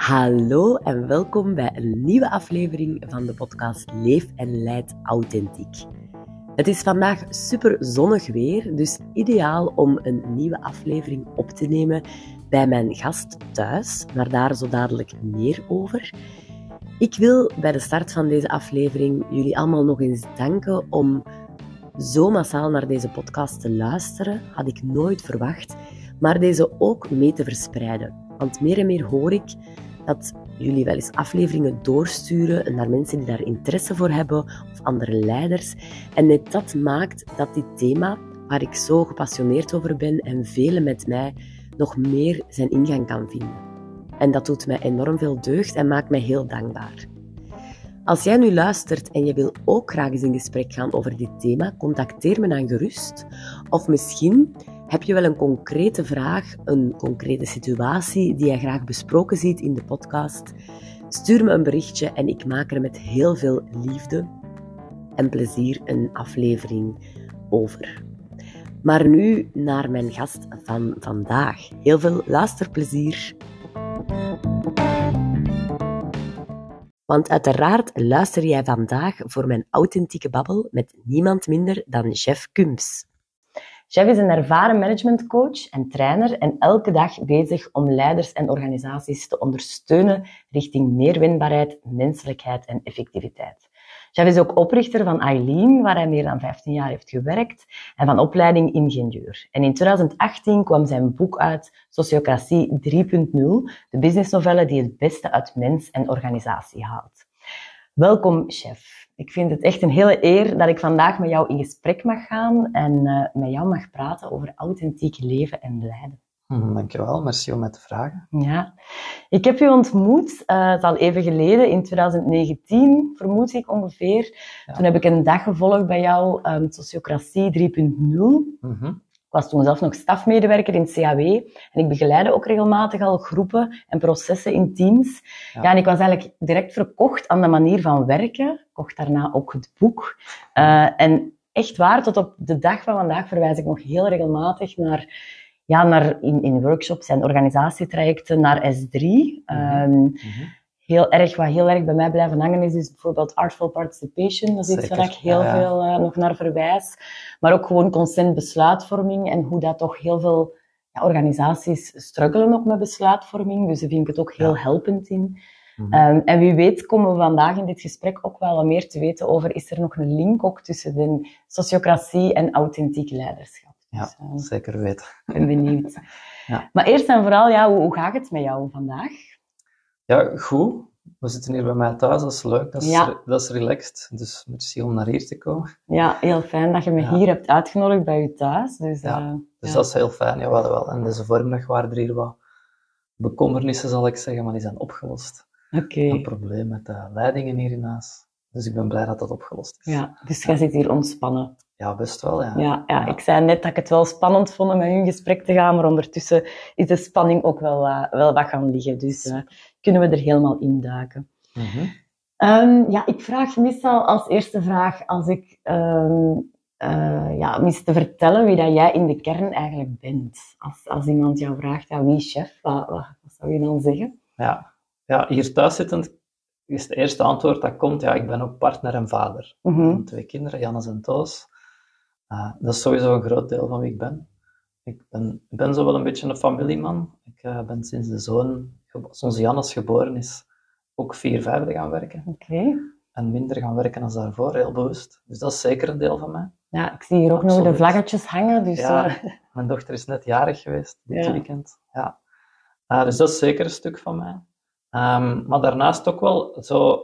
Hallo en welkom bij een nieuwe aflevering van de podcast Leef en Leid Authentiek. Het is vandaag super zonnig weer, dus ideaal om een nieuwe aflevering op te nemen bij mijn gast thuis, maar daar zo dadelijk meer over. Ik wil bij de start van deze aflevering jullie allemaal nog eens danken om zo massaal naar deze podcast te luisteren. Had ik nooit verwacht, maar deze ook mee te verspreiden. Want meer en meer hoor ik dat jullie wel eens afleveringen doorsturen naar mensen die daar interesse voor hebben of andere leiders. En net dat maakt dat dit thema, waar ik zo gepassioneerd over ben en velen met mij, nog meer zijn ingang kan vinden. En dat doet mij enorm veel deugd en maakt mij heel dankbaar. Als jij nu luistert en je wil ook graag eens in gesprek gaan over dit thema, contacteer me dan gerust. Of misschien heb je wel een concrete vraag, een concrete situatie die jij graag besproken ziet in de podcast? Stuur me een berichtje en ik maak er met heel veel liefde en plezier een aflevering over. Maar nu naar mijn gast van vandaag. Heel veel luisterplezier. Want uiteraard luister jij vandaag voor mijn authentieke babbel met niemand minder dan Jeff Kumps. Jeff is een ervaren managementcoach en trainer en elke dag bezig om leiders en organisaties te ondersteunen richting meer winbaarheid, menselijkheid en effectiviteit. Jeff is ook oprichter van Eileen, waar hij meer dan 15 jaar heeft gewerkt, en van opleiding ingenieur. En in 2018 kwam zijn boek uit, Sociocratie 3.0, de businessnovelle die het beste uit mens en organisatie haalt. Welkom, Jeff. Ik vind het echt een hele eer dat ik vandaag met jou in gesprek mag gaan en met jou mag praten over authentiek leven en leiden. Dankjewel, merci om mij te vragen. Ja, ik heb u ontmoet, het is al even geleden, in 2019, vermoed ik ongeveer. Ja. Toen heb ik een dag gevolgd bij jou, Sociocratie 3.0. Ik was toen zelf nog stafmedewerker in het CAW en ik begeleidde ook regelmatig al groepen en processen in teams. Ja, en ik was eigenlijk direct verkocht aan de manier van werken. Ik kocht daarna ook het boek. En echt waar, tot op de dag van vandaag verwijs ik nog heel regelmatig naar in workshops en organisatietrajecten naar S3. Wat heel erg bij mij blijven hangen is bijvoorbeeld Artful Participation. Dat is iets waar ik heel veel nog naar verwijs. Maar ook gewoon consent besluitvorming en hoe dat toch heel veel organisaties struggelen ook met besluitvorming. Dus daar vind ik het ook heel helpend in. En wie weet komen we vandaag in dit gesprek ook wel wat meer te weten over, is er nog een link ook tussen de sociocratie en authentiek leiderschap. Ja, dus, zeker weten. Ik ben benieuwd. Maar eerst en vooral, hoe gaat het met jou vandaag? Ja, goed. We zitten hier bij mij thuis, dat is leuk, dat is relaxed. Dus merci om naar hier te komen. Ja, heel fijn dat je me hier hebt uitgenodigd bij je thuis. Dus dat is heel fijn, wel. En deze voormiddag waren er hier wat bekommernissen, zal ik zeggen, maar die zijn opgelost. Een probleem met de leidingen hier in huis. Dus ik ben blij dat dat opgelost is. Ja, dus jij zit hier ontspannen. Ja, best wel, Ja, ik zei net dat ik het wel spannend vond om met u in gesprek te gaan, maar ondertussen is de spanning ook wel wat gaan liggen. Dus kunnen we er helemaal induiken. Ik vraag meestal als eerste vraag, als ik mis te vertellen wie dat jij in de kern eigenlijk bent. Als iemand jou vraagt, wie is Jeff? Wat zou je dan zeggen? Ja, hier thuis zittend is het eerste antwoord dat komt, ik ben ook partner en vader. Van 2 kinderen, Jannes en Toos. Dat is sowieso een groot deel van wie ik ben. Ik ben zo wel een beetje een familieman. Ik ben sinds de zoon, onze Jannes geboren is, ook 4/5 gaan werken. En minder gaan werken dan daarvoor, heel bewust. Dus dat is zeker een deel van mij. Ja, ik zie hier ook nog de vlaggetjes hangen. Dus, mijn dochter is net jarig geweest dit weekend. Dus dat is zeker een stuk van mij. Maar daarnaast ook wel zo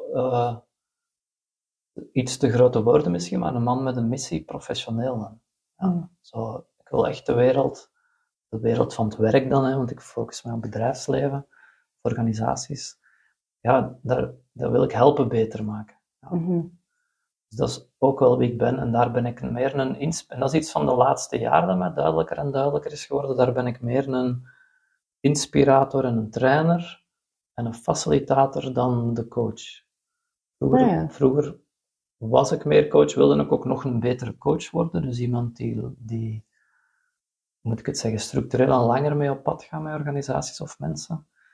iets te grote woorden misschien, maar een man met een missie, professioneel dan. Ik wil echt de wereld van het werk dan, want ik focus me op bedrijfsleven, op organisaties. Daar wil ik helpen beter maken. Dus dat is ook wel wie ik ben, en daar ben ik meer en dat is iets van de laatste jaren dat mij duidelijker en duidelijker is geworden. Daar ben ik meer een inspirator en een trainer en een facilitator dan de coach. Vroeger was ik meer coach, wilde ik ook nog een betere coach worden. Dus iemand die moet ik het zeggen, structureel en langer mee op pad gaan met organisaties of mensen.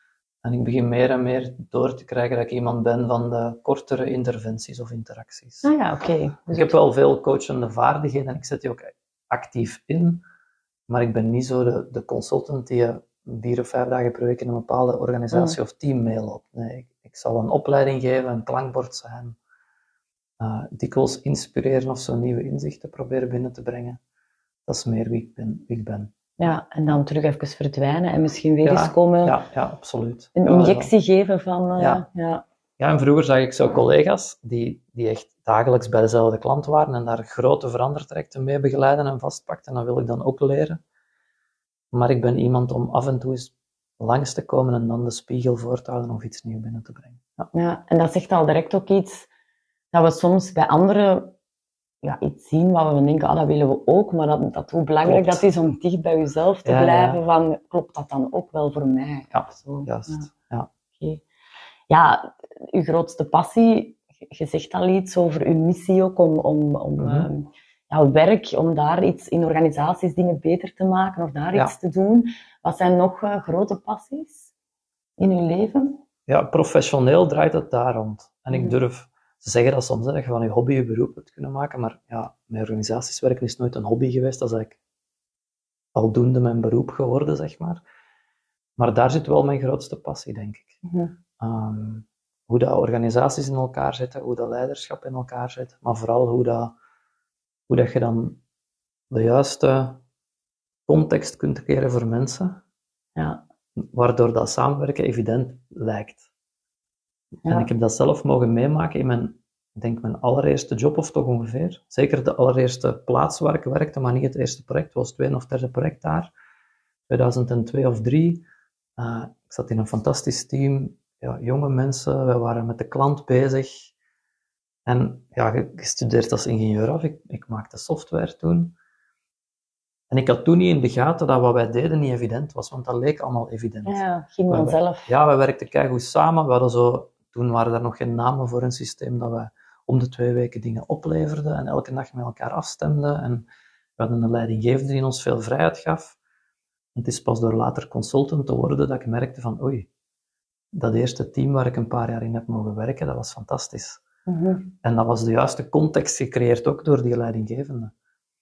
En ik begin meer en meer door te krijgen dat ik iemand ben van de kortere interventies of interacties. Ah ja, oké. Ik heb wel veel coachende vaardigheden en ik zet die ook actief in, maar ik ben niet zo de consultant die je 4 of 5 dagen per week in een bepaalde organisatie of team meeloopt. Nee, ik zal een opleiding geven, een klankbord zijn, dikwijls inspireren of zo nieuwe inzichten proberen binnen te brengen. Dat is meer wie ik ben. Ja, en dan terug even verdwijnen en misschien weer eens komen. Ja, absoluut. Een injectie geven van... Ja, en vroeger zag ik zo collega's die echt dagelijks bij dezelfde klant waren en daar grote verandertrajecten mee begeleiden en vastpakten. En dat wil ik dan ook leren. Maar ik ben iemand om af en toe eens langs te komen en dan de spiegel voor te houden of iets nieuws binnen te brengen. Ja, en dat zegt al direct ook iets dat we soms bij anderen iets zien wat we denken, dat willen we ook, maar dat hoe belangrijk dat is om dicht bij jezelf te blijven, van klopt dat dan ook wel voor mij? Ja, zo. Juist. Ja. Okay. Ja, uw grootste passie, je zegt al iets over uw missie ook, om werk, om daar iets in organisaties dingen beter te maken of daar iets te doen. Wat zijn nog grote passies in uw leven? Ja, professioneel draait het daar rond. En ik durf te zeggen dat soms, dat je van je hobby je beroep hebt kunnen maken, maar ja, met organisaties werken is nooit een hobby geweest, dat is eigenlijk aldoende mijn beroep geworden, zeg maar. Maar daar zit wel mijn grootste passie, denk ik. Hoe dat organisaties in elkaar zitten, hoe dat leiderschap in elkaar zit, maar vooral hoe dat je dan de juiste context kunt creëren voor mensen, waardoor dat samenwerken evident lijkt. En ik heb dat zelf mogen meemaken in mijn allereerste job, of toch ongeveer. Zeker de allereerste plaats waar ik werkte, maar niet het eerste project. Het was het tweede of derde project daar. 2002 of 2003. Ik zat in een fantastisch team. Ja, jonge mensen. We waren met de klant bezig. En ja, gestudeerd als ingenieur af. Ik maakte software toen. En ik had toen niet in de gaten dat wat wij deden niet evident was, want dat leek allemaal evident. Ja, ging vanzelf. Ja, we werkten keigoed samen. We hadden toen waren er nog geen namen voor een systeem dat we om de 2 weken dingen opleverden en elke dag met elkaar afstemden. En we hadden een leidinggevende die ons veel vrijheid gaf. Het is pas door later consultant te worden dat ik merkte van oei, dat eerste team waar ik een paar jaar in heb mogen werken, dat was fantastisch. En dat was de juiste context gecreëerd ook door die leidinggevende.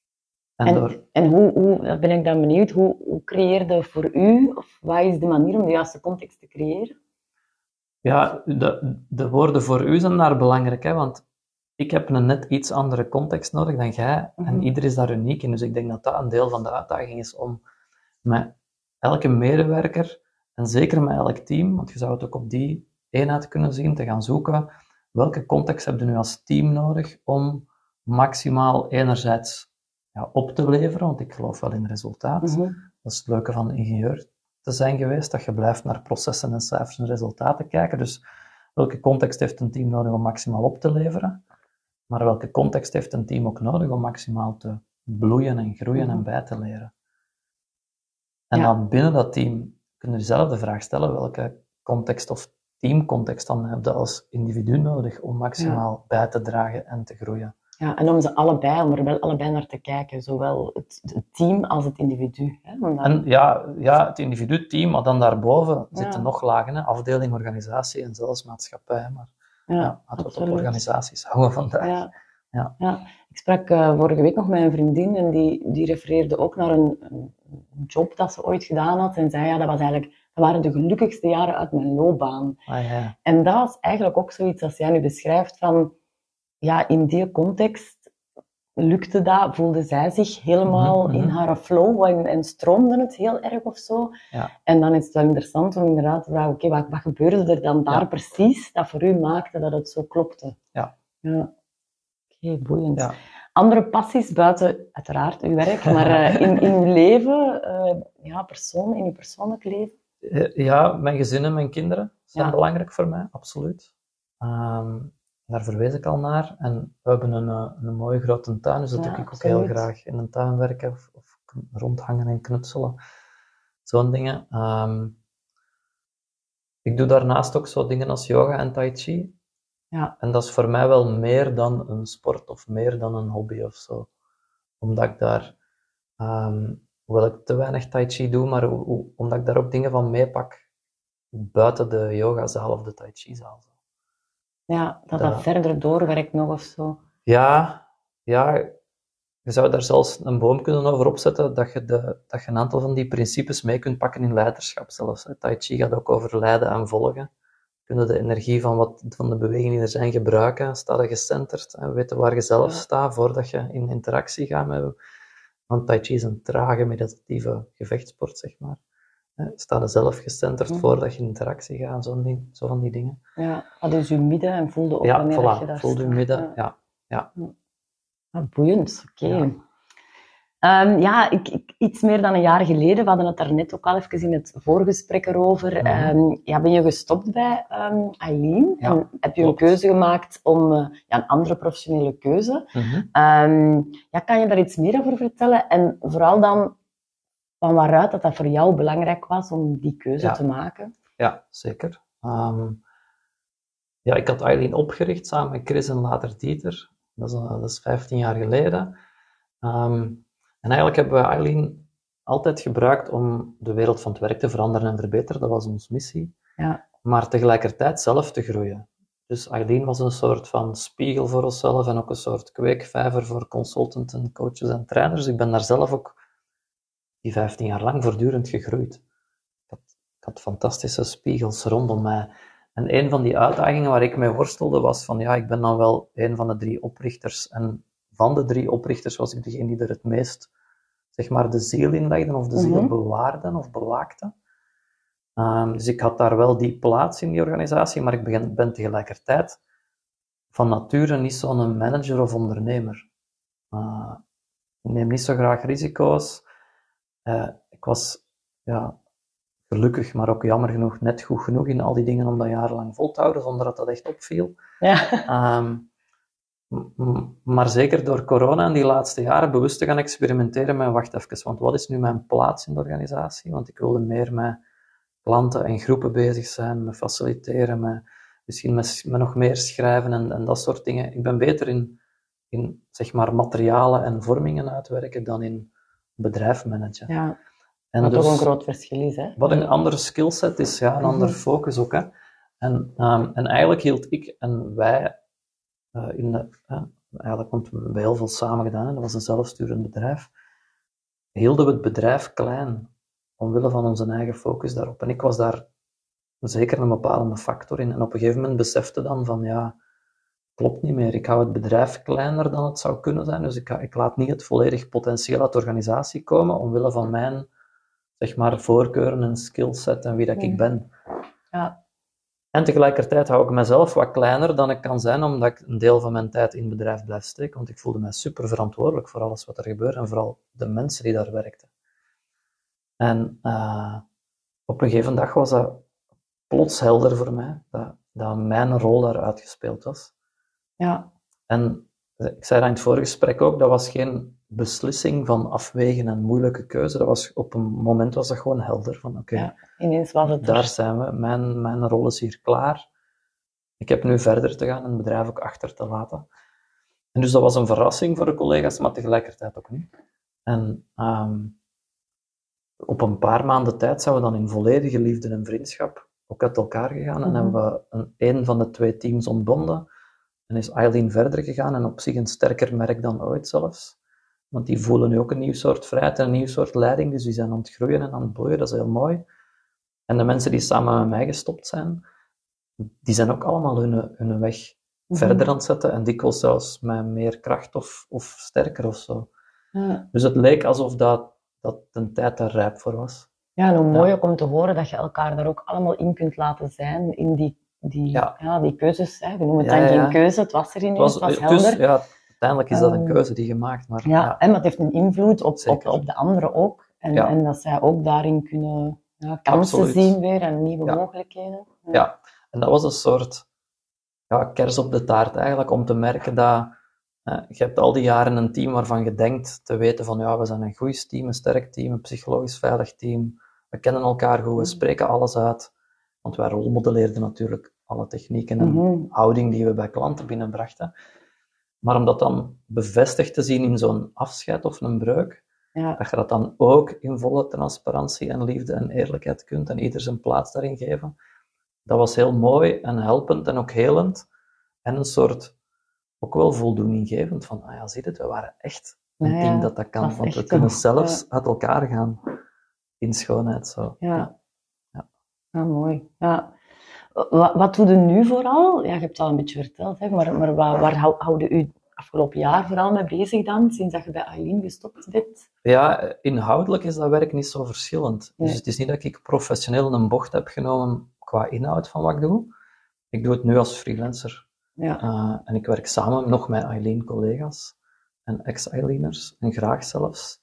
En hoe, dat ben ik dan benieuwd, hoe creëerde voor u, of wat is de manier om de juiste context te creëren? Ja, de woorden voor u zijn daar belangrijk, hè, want ik heb een net iets andere context nodig dan jij, en ieder is daar uniek in. Dus ik denk dat dat een deel van de uitdaging is om met elke medewerker, en zeker met elk team, want je zou het ook op die eenheid kunnen zien, te gaan zoeken, welke context heb je nu als team nodig om maximaal enerzijds op te leveren, want ik geloof wel in resultaat. Dat is het leuke van de ingenieur te zijn geweest, dat je blijft naar processen en cijfers en resultaten kijken. Dus welke context heeft een team nodig om maximaal op te leveren? Maar welke context heeft een team ook nodig om maximaal te bloeien en groeien en bij te leren? En dan binnen dat team kun je jezelf de vraag stellen, welke context of teamcontext dan heb je als individu nodig om maximaal bij te dragen en te groeien? Ja, en om ze allebei, om er wel allebei naar te kijken, zowel het team als het individu. Hè? En het individu, het team, maar dan daarboven zitten nog lagen, hè? Afdeling, organisatie en zelfs maatschappij. Maar laten we het op organisaties houden vandaag. Ja. Ik sprak vorige week nog met een vriendin en die refereerde ook naar een job dat ze ooit gedaan had en zei, dat waren de gelukkigste jaren uit mijn loopbaan. En dat is eigenlijk ook zoiets als jij nu beschrijft van, in die context lukte dat, voelde zij zich helemaal in haar flow en stroomde het heel erg of zo. En dan is het wel interessant om inderdaad te vragen, oké, wat gebeurde er dan daar precies dat voor u maakte dat het zo klopte? Oké, boeiend. Andere passies buiten uiteraard uw werk, maar in uw leven, in uw persoonlijk leven? Ja, mijn gezin en mijn kinderen zijn belangrijk voor mij, absoluut. Daar verwees ik al naar. En we hebben een mooie grote tuin, dus dat doe ik ook heel graag in een tuin werken of rondhangen en knutselen. Zo'n dingen. Ik doe daarnaast ook zo dingen als yoga en tai chi. En dat is voor mij wel meer dan een sport of meer dan een hobby of zo. Omdat ik daar, hoewel ik te weinig tai chi doe, maar omdat ik daar ook dingen van meepak buiten de yogazaal of de tai chi zaal. Ja, dat verder doorwerkt nog of zo. Ja, je zou daar zelfs een boom kunnen over opzetten, dat je een aantal van die principes mee kunt pakken in leiderschap zelfs. Tai chi gaat ook over leiden en volgen. Kunnen de energie van de bewegingen die er zijn gebruiken, sta je gecenterd en weten waar je zelf staat voordat je in interactie gaat met. Want Tai Chi is een trage meditatieve gevechtsport, zeg maar. Sta je zelf gecenterd voordat je in interactie gaat, zo van die dingen. Ja, dus je midden en voelde ook wanneer je daar staat. Voel je midden, ja. Boeiend, oké. Iets meer dan een jaar geleden, we hadden het daar net ook al even in het voorgesprek erover, ben je gestopt bij Eileen en heb je een keuze gemaakt om een andere professionele keuze. Kan je daar iets meer over vertellen? En vooral dan van waaruit dat voor jou belangrijk was om die keuze te maken? Ja, zeker. Ik had Eileen opgericht samen met Chris en later Dieter. Dat is 15 jaar geleden. En eigenlijk hebben we Eileen altijd gebruikt om de wereld van het werk te veranderen en verbeteren. Dat was onze missie. Ja. Maar tegelijkertijd zelf te groeien. Dus Eileen was een soort van spiegel voor onszelf en ook een soort kweekvijver voor consultants, coaches en trainers. Ik ben daar zelf ook die 15 jaar lang voortdurend gegroeid. Ik had fantastische spiegels rondom mij. En een van die uitdagingen waar ik mee worstelde was van, ik ben dan wel een van de 3 oprichters. En van de 3 oprichters was ik degene die er het meest, zeg maar, de ziel in legde, of de ziel bewaarde of bewaakte. Dus ik had daar wel die plaats in die organisatie, maar ik ben tegelijkertijd van nature niet zo'n manager of ondernemer. Ik neem niet zo graag risico's. Ik was, gelukkig, maar ook jammer genoeg, net goed genoeg in al die dingen om dat jarenlang vol te houden, zonder dat dat echt opviel. Ja. Maar zeker door corona en die laatste jaren bewust te gaan experimenteren met, wacht even, want wat is nu mijn plaats in de organisatie? Want ik wilde meer met klanten en groepen bezig zijn, met faciliteren, misschien met nog meer schrijven en dat soort dingen. Ik ben beter in zeg maar, materialen en vormingen uitwerken dan in bedrijf managen. Ja. En wat dus, toch een groot verschil is, hè? Wat een andere skillset is, een andere focus ook. Hè. En eigenlijk hield ik en wij eigenlijk, want we hebben heel veel samen gedaan, dat was een zelfsturend bedrijf, hielden we het bedrijf klein, omwille van onze eigen focus daarop. En ik was daar zeker een bepalende factor in. En op een gegeven moment besefte dan van, klopt niet meer. Ik hou het bedrijf kleiner dan het zou kunnen zijn, dus ik laat niet het volledig potentieel uit de organisatie komen, omwille van mijn, zeg maar, voorkeuren en skillset en wie dat ik ben. Ja. En tegelijkertijd hou ik mezelf wat kleiner dan ik kan zijn, omdat ik een deel van mijn tijd in het bedrijf blijf steken, want ik voelde mij super verantwoordelijk voor alles wat er gebeurde en vooral de mensen die daar werkten. En op een gegeven dag was dat plots helder voor mij, dat mijn rol daar uitgespeeld was. Ja. En ik zei dat in het vorige gesprek ook, dat was geen beslissing van afwegen en moeilijke keuze. Op een moment was dat gewoon helder. Van oké, ineens was het daar zijn we. Mijn rol is hier klaar. Ik heb nu verder te gaan en het bedrijf ook achter te laten. En dus dat was een verrassing voor de collega's, maar tegelijkertijd ook niet. En op een paar maanden tijd zijn we dan in volledige liefde en vriendschap ook uit elkaar gegaan. En hebben we een van de 2 teams ontbonden. En is Eileen verder gegaan en op zich een sterker merk dan ooit zelfs. Want die voelen nu ook een nieuw soort vrijheid en een nieuw soort leiding, dus die zijn aan het groeien en aan het bloeien, dat is heel mooi. En de mensen die samen met mij gestopt zijn, die zijn ook allemaal hun weg verder aan het zetten en dikwijls zelfs met meer kracht of sterker of zo. Ja. Dus het leek alsof dat een tijd daar rijp voor was. Ja, en hoe mooi ook om te horen dat je elkaar daar ook allemaal in kunt laten zijn, in die keuzes. Hè. We noemen het dan geen keuze, het was er ineens, het was helder. Dus, uiteindelijk is dat een keuze die je maakt. Maar, maar het heeft een invloed op de anderen ook. En dat zij ook daarin kunnen kansen zien weer en nieuwe mogelijkheden. Ja, en dat was een soort kers op de taart eigenlijk, om te merken dat je hebt al die jaren een team waarvan je denkt te weten van we zijn een goed team, een sterk team, een psychologisch veilig team. We kennen elkaar goed, we spreken alles uit. Want wij rolmodelleerden natuurlijk alle technieken en houding die we bij klanten binnenbrachten. Maar om dat dan bevestigd te zien in zo'n afscheid of een breuk, Ja. Dat je dat dan ook in volle transparantie en liefde en eerlijkheid kunt en ieder zijn plaats daarin geven. Dat was heel mooi en helpend en ook helend. En een soort, ook wel voldoeninggevend van, ah ja, zie je het, we waren echt een team dat kan. dat is Want we echt kunnen een- zelfs uit elkaar gaan in schoonheid. Zo. Ja. Ja. Ja, mooi. Ja. Wat doe je nu vooral? Ja, je hebt het al een beetje verteld, hè, maar waar hou je u afgelopen jaar vooral mee bezig dan, sinds dat je bij Aileen gestopt bent? Ja, inhoudelijk is dat werk niet zo verschillend. Nee. Dus het is niet dat ik professioneel een bocht heb genomen qua inhoud van wat ik doe. Ik doe het nu als freelancer. Ja. En ik werk samen nog met Aileen-collega's en ex-Aileeners, en graag zelfs.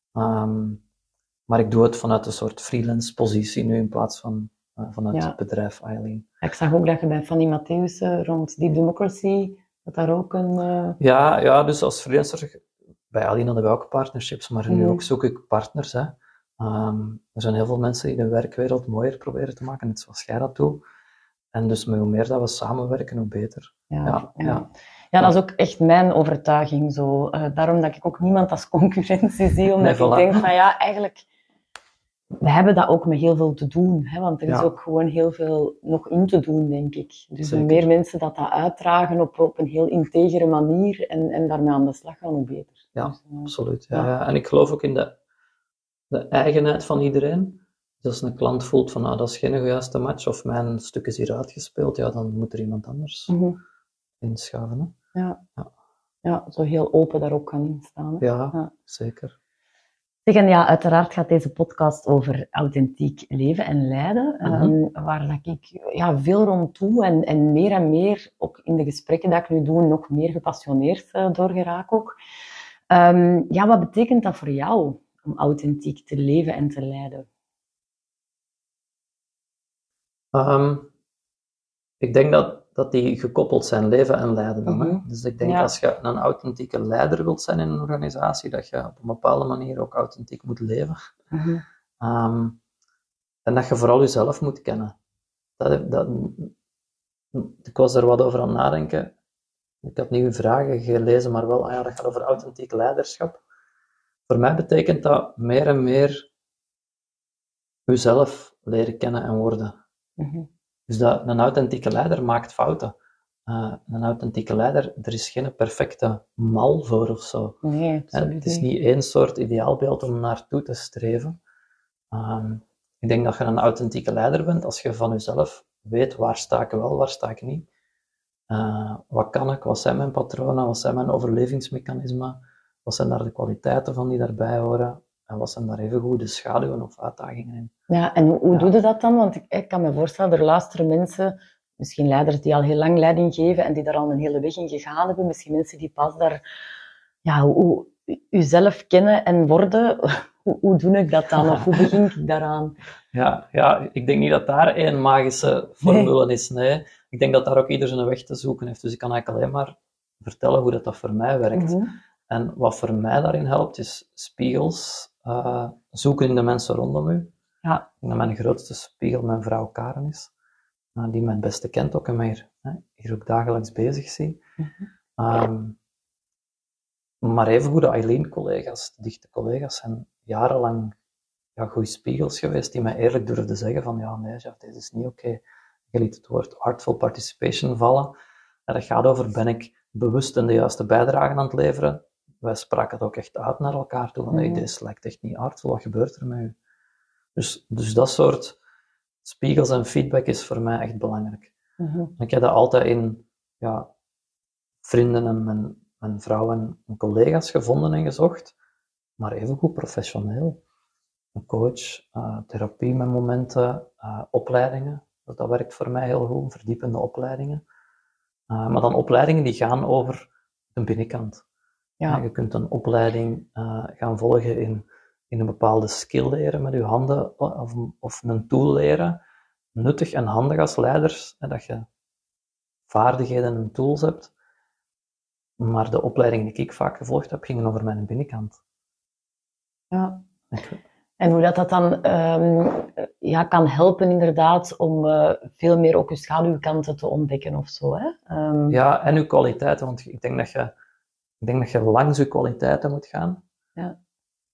Maar ik doe het vanuit een soort freelance positie nu in plaats van vanuit het bedrijf Aileen. Ik zag ook dat je bij Fanny Mattheussen rond Deep Democracy, dat daar ook een... Ja, dus als freelancer, bij Aileen hadden we ook partnerships, maar nu ook zoek ik partners. Hè. Er zijn heel veel mensen die de werkwereld mooier proberen te maken, net zoals jij dat doet. En dus hoe meer dat we samenwerken, hoe beter. Ja, dat is ook echt mijn overtuiging zo. Daarom dat ik ook niemand als concurrentie zie, omdat ik denk van ja, eigenlijk, we hebben dat ook met heel veel te doen, hè, want er is ook gewoon heel veel nog in te doen, denk ik. Dus hoe meer mensen dat uitdragen op een heel integere manier en daarmee aan de slag gaan, hoe beter. Ja, dus, absoluut. Ja. En ik geloof ook in de eigenheid van iedereen. Dus als een klant voelt van, dat is geen juiste match, of mijn stuk is hier uitgespeeld, ja, dan moet er iemand anders inschuiven. Hè? Ja, zo heel open daar ook kan in staan. Hè? Ja, zeker. En ja, uiteraard gaat deze podcast over authentiek leven en leiden, waar dat ik veel rond doe en meer, ook in de gesprekken dat ik nu doe, nog meer gepassioneerd door geraak ook. Wat betekent dat voor jou, om authentiek te leven en te leiden? Ik denk dat die gekoppeld zijn, leven en leiden dan. Hè? Dus ik denk als je een authentieke leider wilt zijn in een organisatie, dat je op een bepaalde manier ook authentiek moet leven. En dat je vooral jezelf moet kennen. Ik was er wat over aan het nadenken. Ik had nieuwe vragen gelezen, maar wel, dat gaat over authentiek leiderschap. Voor mij betekent dat meer en meer jezelf leren kennen en worden. Dus een authentieke leider maakt fouten. Een authentieke leider, er is geen perfecte mal voor of zo. Nee, absoluut het is niet één soort ideaalbeeld om naartoe te streven. Ik denk dat je een authentieke leider bent als je van jezelf weet waar sta ik wel, waar sta ik niet. Wat kan ik, wat zijn mijn patronen, wat zijn mijn overlevingsmechanismen, wat zijn daar de kwaliteiten van die daarbij horen. En wat zijn daar even goede schaduwen of uitdagingen in? Ja, en hoe doe je dat dan? Want ik kan me voorstellen, er luisteren mensen, misschien leiders die al heel lang leiding geven en die daar al een hele weg in gegaan hebben, misschien mensen die pas daar, hoe jezelf kennen en worden. Hoe doe ik dat dan? Of hoe begin ik daaraan? Ja, ik denk niet dat daar één magische formule is. Nee. Ik denk dat daar ook ieder zijn weg te zoeken heeft. Dus ik kan eigenlijk alleen maar vertellen hoe dat voor mij werkt. En wat voor mij daarin helpt, is spiegels zoeken in de mensen rondom u. Ja. En mijn grootste spiegel mijn vrouw Karen is, die mij het beste kent ook en mij hier ook dagelijks bezig zie. Maar even goede Aileen-collega's, de dichte collega's, zijn jarenlang goede spiegels geweest die mij eerlijk durfden zeggen van nee, Jeff, dit is niet oké. Je liet het woord artful participation vallen. En dat gaat over, ben ik bewust en de juiste bijdrage aan het leveren? Wij spraken het ook echt uit naar elkaar toe, van dit lijkt echt niet artful, wat gebeurt er met u? Dus dat soort spiegels en feedback is voor mij echt belangrijk. Ik heb dat altijd in vrienden en mijn vrouw en collega's gevonden en gezocht, maar evengoed professioneel. Een coach, therapie met momenten, opleidingen. Dat werkt voor mij heel goed, verdiepende opleidingen. Maar dan opleidingen die gaan over de binnenkant. Je kunt een opleiding gaan volgen in een bepaalde skill leren met je handen, of een tool leren. Nuttig en handig als leiders, dat je vaardigheden en tools hebt. Maar de opleidingen die ik vaak gevolgd heb, gingen over mijn binnenkant. Ja. En hoe dat dan kan helpen inderdaad om veel meer ook je schaduwkanten te ontdekken of zo. Hè? Ja, en je kwaliteiten, want ik denk dat je langs je kwaliteiten moet gaan. Ja.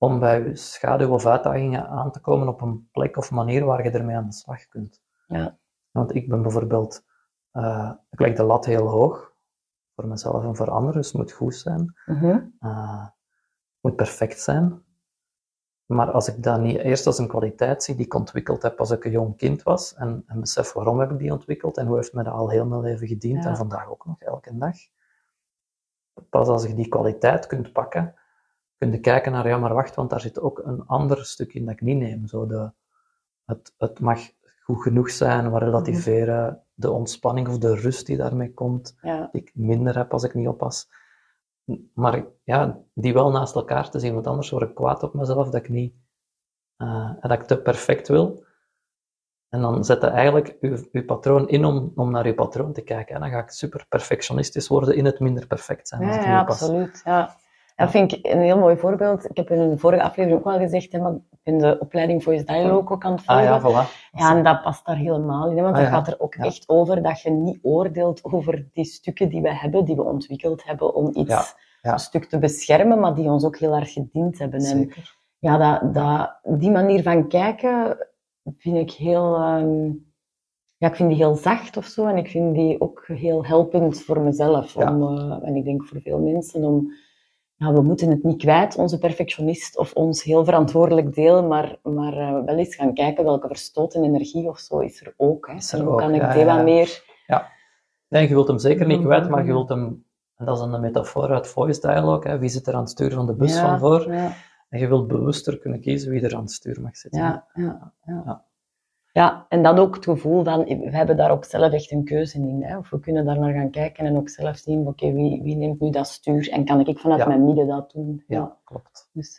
om bij je schaduw of uitdagingen aan te komen op een plek of manier waar je ermee aan de slag kunt. Ja. Want ik ben bijvoorbeeld, ik leg de lat heel hoog, voor mezelf en voor anderen, dus het moet goed zijn. Het moet perfect zijn. Maar als ik dat niet eerst als een kwaliteit zie die ik ontwikkeld heb als ik een jong kind was, en besef waarom heb ik die ontwikkeld en hoe heeft me dat al heel mijn leven gediend en vandaag ook nog, elke dag. Pas als je die kwaliteit kunt pakken, kun je kijken naar, ja maar wacht, want daar zit ook een ander stuk in dat ik niet neem. Zo het mag goed genoeg zijn, wat relativeren, de ontspanning of de rust die daarmee komt, die ik minder heb als ik niet oppas. Maar ja, die wel naast elkaar te zien, want anders word ik kwaad op mezelf dat ik niet, dat ik te perfect wil. En dan zet je eigenlijk je patroon in om naar je patroon te kijken. En dan ga ik super perfectionistisch worden in het minder perfect zijn. Als ik niet oppas. Absoluut. Ja. Dat vind ik een heel mooi voorbeeld. Ik heb in een vorige aflevering ook wel gezegd, hè, maar ik ben de opleiding Voice Dialogue ook aan het volgen. Ja, voilà. Ja, en dat past daar helemaal in. Hè, want dat gaat er ook echt over dat je niet oordeelt over die stukken die we hebben, die we ontwikkeld hebben om iets, een stuk te beschermen, maar die ons ook heel erg gediend hebben. Zeker. En ja, die manier van kijken vind ik heel... ik vind die heel zacht of zo. En ik vind die ook heel helpend voor mezelf. En ik denk voor veel mensen we moeten het niet kwijt, onze perfectionist of ons heel verantwoordelijk deel, maar wel eens gaan kijken welke verstoten energie of zo is er ook. Hè. En hoe kan ik die wat meer... Ja. Nee, je wilt hem zeker niet kwijt, maar je wilt hem... En dat is een metafoor uit Voice Dialogue. Hè. Wie zit er aan het stuur van de bus van voor? Ja. En je wilt bewuster kunnen kiezen wie er aan het stuur mag zitten. Ja, en dan ook het gevoel van, we hebben daar ook zelf echt een keuze in. Hè? Of we kunnen daar naar gaan kijken en ook zelf zien, oké, wie neemt nu dat stuur? En kan ik vanuit mijn midden dat doen? Ja, klopt. Dus,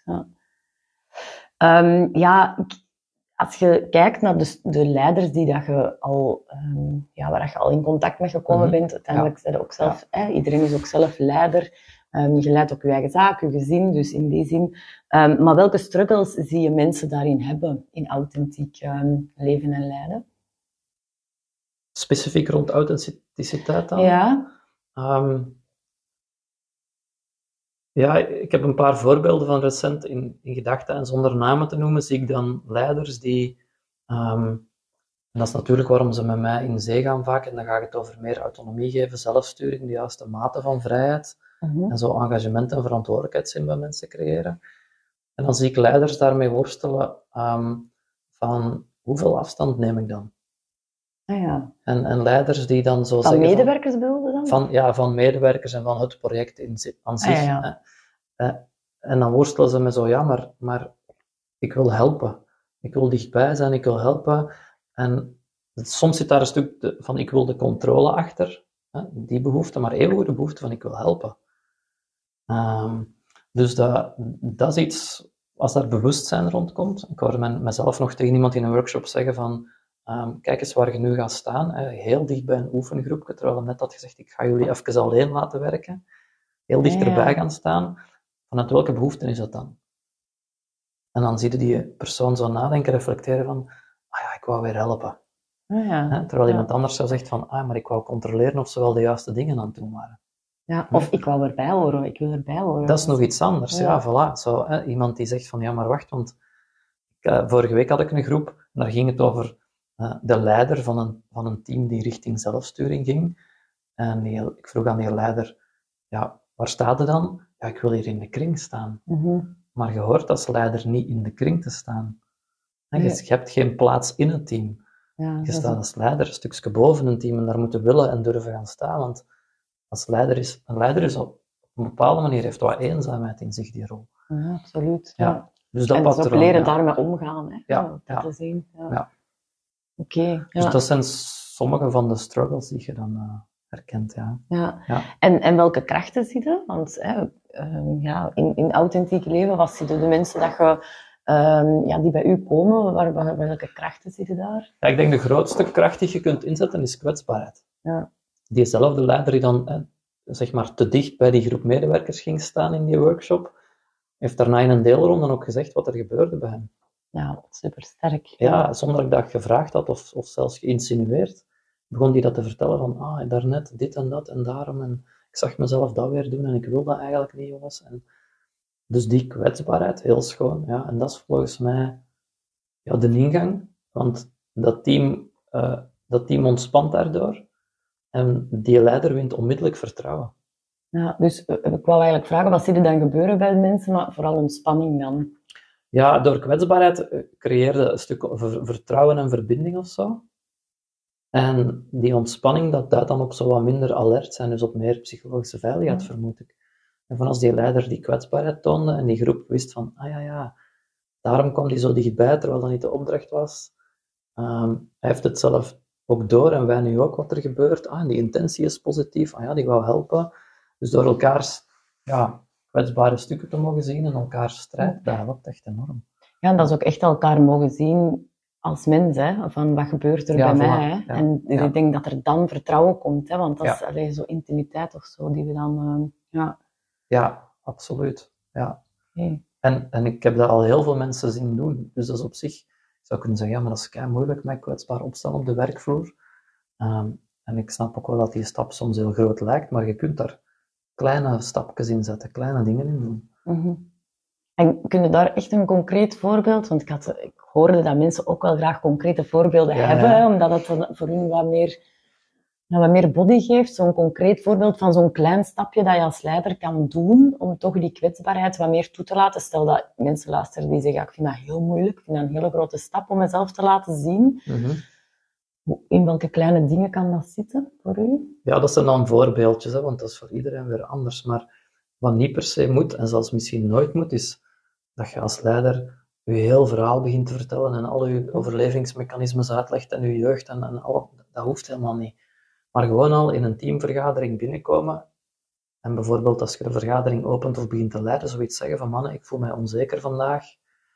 als je kijkt naar de leiders die dat je al, waar je al in contact mee gekomen bent, uiteindelijk zijn ook zelf, iedereen is ook zelf leider. Je leidt ook je eigen zaak, je gezin, dus in die zin. Maar welke struggles zie je mensen daarin hebben, in authentiek leven en leiden? Specifiek rond authenticiteit dan? Ja. Ik heb een paar voorbeelden van recent in gedachten, en zonder namen te noemen, zie ik dan leiders die... en dat is natuurlijk waarom ze met mij in zee gaan vaak, en dan ga ik het over meer autonomie geven, zelfsturing, de juiste mate van vrijheid, en zo engagement en verantwoordelijkheidszin bij mensen creëren. En dan zie ik leiders daarmee worstelen van hoeveel afstand neem ik dan? En leiders die dan zo zeggen... Van medewerkers bedoel je dan? Van medewerkers en van het project aan zich. En dan worstelen ze met zo, maar ik wil helpen. Ik wil dichtbij zijn, ik wil helpen. En soms zit daar een stuk van, ik wil de controle achter, die behoefte, maar evengoed de behoefte van, ik wil helpen. Dus dat is iets, als daar bewustzijn rondkomt. Ik hoorde mezelf nog tegen iemand in een workshop zeggen van, kijk eens waar je nu gaat staan, heel dicht bij een oefengroepje, terwijl hij net had gezegd, ik ga jullie even alleen laten werken. Heel dichterbij gaan staan. Vanuit welke behoefte is dat dan? En dan zie je die persoon zo nadenken, reflecteren van, ik wou weer helpen. Terwijl iemand anders zou zeggen van, maar ik wou controleren of ze wel de juiste dingen aan het doen waren. Ja, of ik wou erbij horen, ik wil erbij horen. Dat is nog iets anders, voilà. Zo, iemand die zegt van, maar wacht, want vorige week had ik een groep, en daar ging het over de leider van een team die richting zelfsturing ging. En ik vroeg aan die leider, waar staat je dan? Ja, ik wil hier in de kring staan. Maar je hoort als leider niet in de kring te staan. Je hebt geen plaats in het team. Je staat als leider een stukje boven een team en daar moeten willen en durven gaan staan, want een leider is op een bepaalde manier, heeft wat eenzaamheid in zich, die rol. Ja, absoluut. Dus dat en dus ook leren daarmee omgaan. Hè? Dat te zien. Oké. Dus dat zijn sommige van de struggles die je dan herkent. En welke krachten zie je? Want in authentiek leven, wat zie je de mensen dat je... die bij u komen, welke krachten zitten daar? Ja, ik denk de grootste kracht die je kunt inzetten is kwetsbaarheid. Diezelfde leider die dan zeg maar te dicht bij die groep medewerkers ging staan in die workshop, heeft daarna in een deelronde ook gezegd wat er gebeurde bij hem. Ja, supersterk. Ja, zonder dat ik dat gevraagd had of zelfs geïnsinueerd, begon hij dat te vertellen van, daarnet dit en dat en daarom, en ik zag mezelf dat weer doen en ik wil dat eigenlijk niet, jongens. En Dus die kwetsbaarheid, heel schoon. Ja, en dat is volgens mij de ingang. Want dat team ontspant daardoor. En die leider wint onmiddellijk vertrouwen. Ja, dus ik wou eigenlijk vragen, wat zie je dan gebeuren bij de mensen, maar vooral ontspanning dan? Ja, door kwetsbaarheid creëerde een stuk vertrouwen en verbinding of zo. En die ontspanning, dat duidt dan op zo wat minder alert zijn, dus op meer psychologische veiligheid, vermoed ik. En van als die leider die kwetsbaarheid toonde en die groep wist van, ja, daarom kwam die zo dichtbij, terwijl dat niet de opdracht was. Hij heeft het zelf ook door, en wij nu ook, wat er gebeurt. En die intentie is positief, die wou helpen. Dus door elkaars kwetsbare stukken te mogen zien en elkaars strijd, dat helpt echt enorm. Ja, en dat is ook echt elkaar mogen zien als mens, hè, van wat gebeurt er bij mij. Hè? En ik denk dat er dan vertrouwen komt, hè, want dat is zo intimiteit of zo, die we dan... Ja, absoluut. Ja. Okay. En ik heb dat al heel veel mensen zien doen. Dus dat is op zich, ik zou kunnen zeggen, maar dat is kei moeilijk met kwetsbaar opstaan op de werkvloer. En ik snap ook wel dat die stap soms heel groot lijkt, maar je kunt daar kleine stapjes in zetten, kleine dingen in doen. Mm-hmm. En kun je daar echt een concreet voorbeeld, want ik hoorde dat mensen ook wel graag concrete voorbeelden hebben, omdat het dan voor hun wat meer body geeft, zo'n concreet voorbeeld van zo'n klein stapje dat je als leider kan doen om toch die kwetsbaarheid wat meer toe te laten. Stel dat mensen luisteren die zeggen, ik vind dat heel moeilijk, ik vind dat een hele grote stap om mezelf te laten zien. Mm-hmm. In welke kleine dingen kan dat zitten voor u? Ja, dat zijn dan voorbeeldjes, hè, want dat is voor iedereen weer anders. Maar wat niet per se moet, en zelfs misschien nooit moet, is dat je als leider je heel verhaal begint te vertellen en al je overlevingsmechanismes uitlegt en je jeugd en al, dat hoeft helemaal niet. Maar gewoon al in een teamvergadering binnenkomen en bijvoorbeeld als je de vergadering opent of begint te leiden, zoiets zeggen van mannen, ik voel mij onzeker vandaag.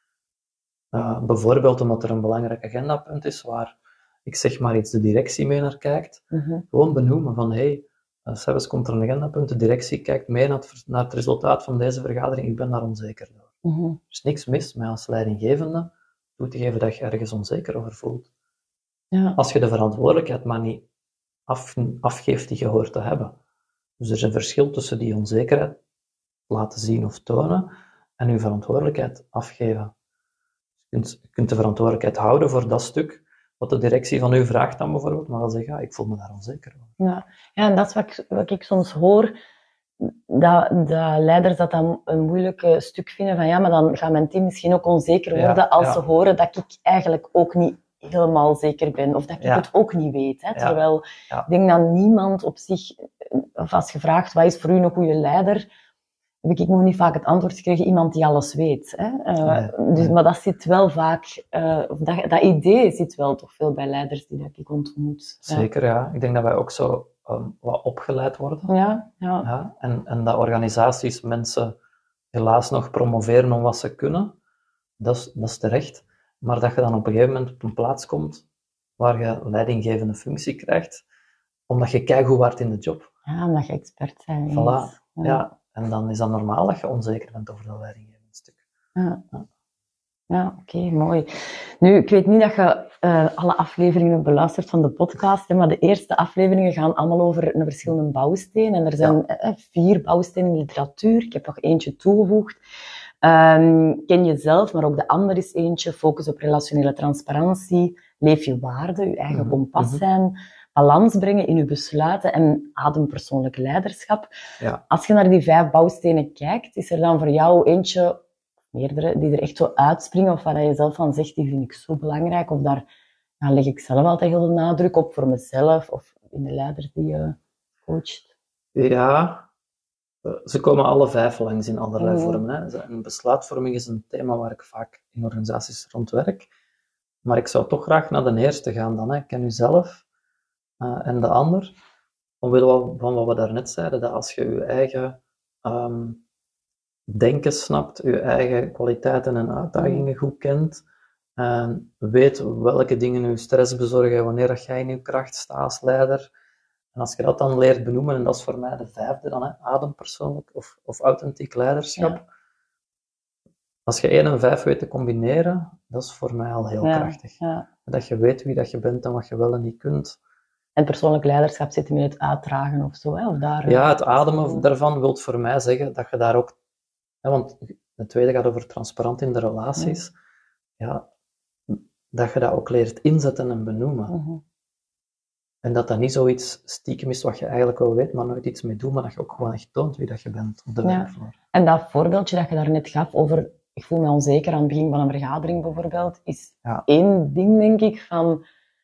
Bijvoorbeeld omdat er een belangrijk agendapunt is waar ik zeg maar iets de directie mee naar kijkt. Mm-hmm. Gewoon benoemen van zelfs komt er een agendapunt, de directie kijkt mee naar het resultaat van deze vergadering, ik ben daar onzeker door. Mm-hmm. Er is niks mis met als leidinggevende toe te geven dat je ergens onzeker over voelt. Ja. Als je de verantwoordelijkheid maar niet afgeeft die je hoort te hebben. Dus er is een verschil tussen die onzekerheid laten zien of tonen en je verantwoordelijkheid afgeven. Je kunt de verantwoordelijkheid houden voor dat stuk wat de directie van u vraagt dan bijvoorbeeld, maar wel zeggen, ik voel me daar onzeker over. Ja, en dat is wat ik soms hoor, dat leiders dat dan een moeilijk stuk vinden van maar dan gaat mijn team misschien ook onzeker worden als ze horen dat ik eigenlijk ook niet helemaal zeker ben, of dat ik het ook niet weet. Hè? Terwijl ik denk dat niemand op zich, of als je vraagt wat is voor u een goede leider, heb ik nog niet vaak het antwoord gekregen, iemand die alles weet. Hè? Maar dat zit wel vaak, dat idee zit wel toch veel bij leiders die ik ontmoet. Zeker, ja. Ik denk dat wij ook zo wat opgeleid worden. Ja. En dat organisaties mensen helaas nog promoveren om wat ze kunnen, dat is terecht. Maar dat je dan op een gegeven moment op een plaats komt waar je leidinggevende functie krijgt, omdat je keigoed waard in de job. Ja, omdat je expert bent. Voilà, ja. En dan is dat normaal dat je onzeker bent over dat leidinggevende stuk. Ja, oké, mooi. Nu, ik weet niet dat je alle afleveringen beluistert van de podcast, maar de eerste afleveringen gaan allemaal over een verschillende bouwsteen. En er zijn 4 bouwstenen in literatuur. Ik heb nog eentje toegevoegd. Ken jezelf, maar ook de andere is eentje. Focus op relationele transparantie. Leef je waarde, je eigen kompas zijn. Balans brengen in je besluiten en adem persoonlijk leiderschap. Ja. Als je naar die 5 bouwstenen kijkt, is er dan voor jou eentje, meerdere, die er echt zo uitspringen, of waar je zelf van zegt, die vind ik zo belangrijk, of daar leg ik zelf altijd heel veel nadruk op voor mezelf, of in de leider die je coacht? Ja, ze komen alle 5 langs in allerlei vormen. Hè. En besluitvorming is een thema waar ik vaak in organisaties rond werk. Maar ik zou toch graag naar de eerste gaan dan. Hè. Ken jezelf en de ander. Omwille van wat we daarnet zeiden, dat als je je eigen denken snapt, je eigen kwaliteiten en uitdagingen goed kent, weet welke dingen je stress bezorgen, wanneer dat jij in je kracht staat als leider. En als je dat dan leert benoemen, en dat is voor mij de 5e dan, adempersoonlijk of authentiek leiderschap. Ja. Als je 1 en 5 weet te combineren, dat is voor mij al heel krachtig. Ja. Dat je weet wie dat je bent en wat je wel en niet kunt. En persoonlijk leiderschap zit hem in het uitdragen of zo, hè? Of daar, ja, het ademen daarvan wil voor mij zeggen dat je daar ook... want de tweede gaat over transparant in de relaties. Ja, dat je dat ook leert inzetten en benoemen. En dat niet zoiets stiekem is wat je eigenlijk wel weet, maar nooit iets mee doet, maar dat je ook gewoon echt toont wie dat je bent op de werkvloer. En dat voorbeeldje dat je daarnet gaf over, ik voel me onzeker aan het begin van een vergadering bijvoorbeeld, is één ding, denk ik, van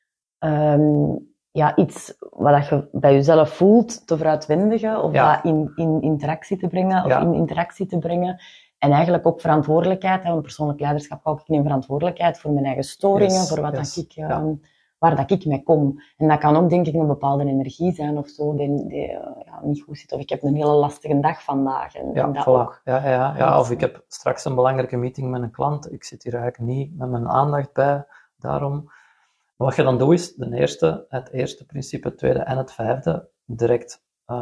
iets wat je bij jezelf voelt te veruitwendigen, of dat in interactie te brengen, of in interactie te brengen. En eigenlijk ook verantwoordelijkheid, want persoonlijk leiderschap hou ik in verantwoordelijkheid voor mijn eigen storingen, voor wat dat ik... waar dat ik mee kom. En dat kan ook, denk ik, een bepaalde energie zijn of zo, die niet goed zit. Of ik heb een hele lastige dag vandaag. En dat ook. Of ik heb straks een belangrijke meeting met een klant. Ik zit hier eigenlijk niet met mijn aandacht bij, daarom. Maar wat je dan doet is, het eerste principe, het tweede en het vijfde, direct,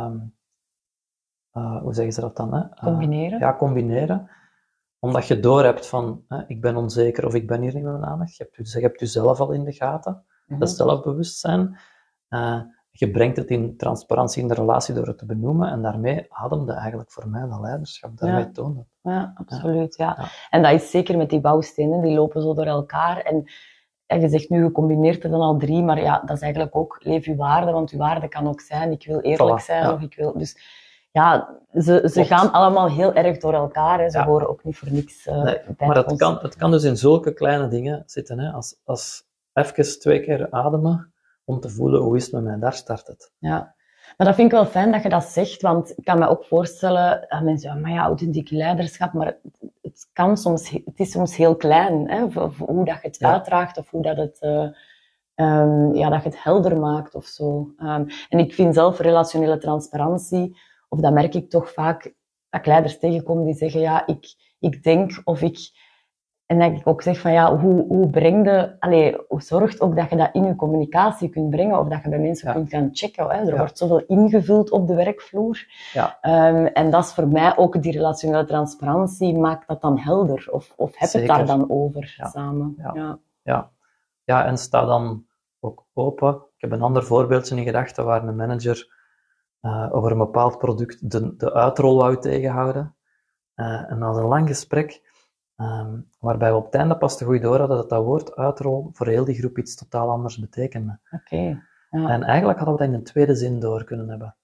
hoe zeggen ze dat dan? Hè? Combineren. Combineren. Omdat je doorhebt van, ik ben onzeker of ik ben hier niet met mijn aandacht. Je hebt jezelf al in de gaten. Dat is zelfbewustzijn. Je brengt het in transparantie in de relatie door het te benoemen en daarmee ademde eigenlijk voor mij dat leiderschap. Daarmee toont het. Ja, absoluut. Ja. En dat is zeker met die bouwstenen, die lopen zo door elkaar. En je zegt nu, je combineert er dan al 3, maar dat is eigenlijk ook leef je waarde, want je waarde kan ook zijn, ik wil eerlijk zijn, of ik wil... Dus ze gaan allemaal heel erg door elkaar. Hè. Ze horen ook niet voor niks bij maar het kan dus in zulke kleine dingen zitten. Hè. Als even 2 keer ademen, om te voelen hoe is het met mij, daar start het. Ja, maar dat vind ik wel fijn dat je dat zegt, want ik kan me ook voorstellen dat mensen zeggen, maar authentiek leiderschap, maar het is soms heel klein, hè, hoe dat je het uitdraagt, of hoe dat dat je het helder maakt, of zo. En ik vind zelf relationele transparantie, of dat merk ik toch vaak, dat ik leiders tegenkom die zeggen, ik denk, of ik... En dat ik ook zeg van, hoe zorgt ook dat je dat in je communicatie kunt brengen, of dat je bij mensen kunt gaan checken. Hè? Er wordt zoveel ingevuld op de werkvloer. Ja. En dat is voor mij ook die relationele transparantie, maakt dat dan helder? Of heb het daar dan over samen? Ja, en sta dan ook open. Ik heb een ander voorbeeldje in gedachten waar een manager over een bepaald product de uitrol wou tegenhouden. En na een lang gesprek, waarbij we op het einde pas te goed door hadden dat woord uitrol voor heel die groep iets totaal anders betekende. Okay, En eigenlijk hadden we dat in een tweede zin door kunnen hebben.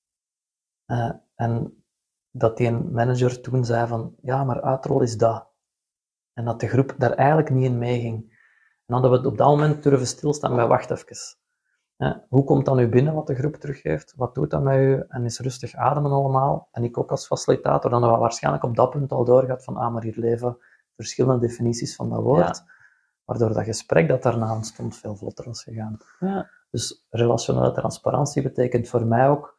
En dat die een manager toen zei van, ja, maar uitrol is dat. En dat de groep daar eigenlijk niet in meeging. En hadden we op dat moment durven stilstaan bij, wacht even. Hoe komt dat nu binnen wat de groep teruggeeft? Wat doet dat met u? En is rustig ademen allemaal. En ik ook als facilitator, dan we waarschijnlijk op dat punt al doorgaat van, maar hier leven verschillende definities van dat woord. Ja. Waardoor dat gesprek dat daarna ontstond veel vlotter was gegaan. Ja. Dus relationele transparantie betekent voor mij ook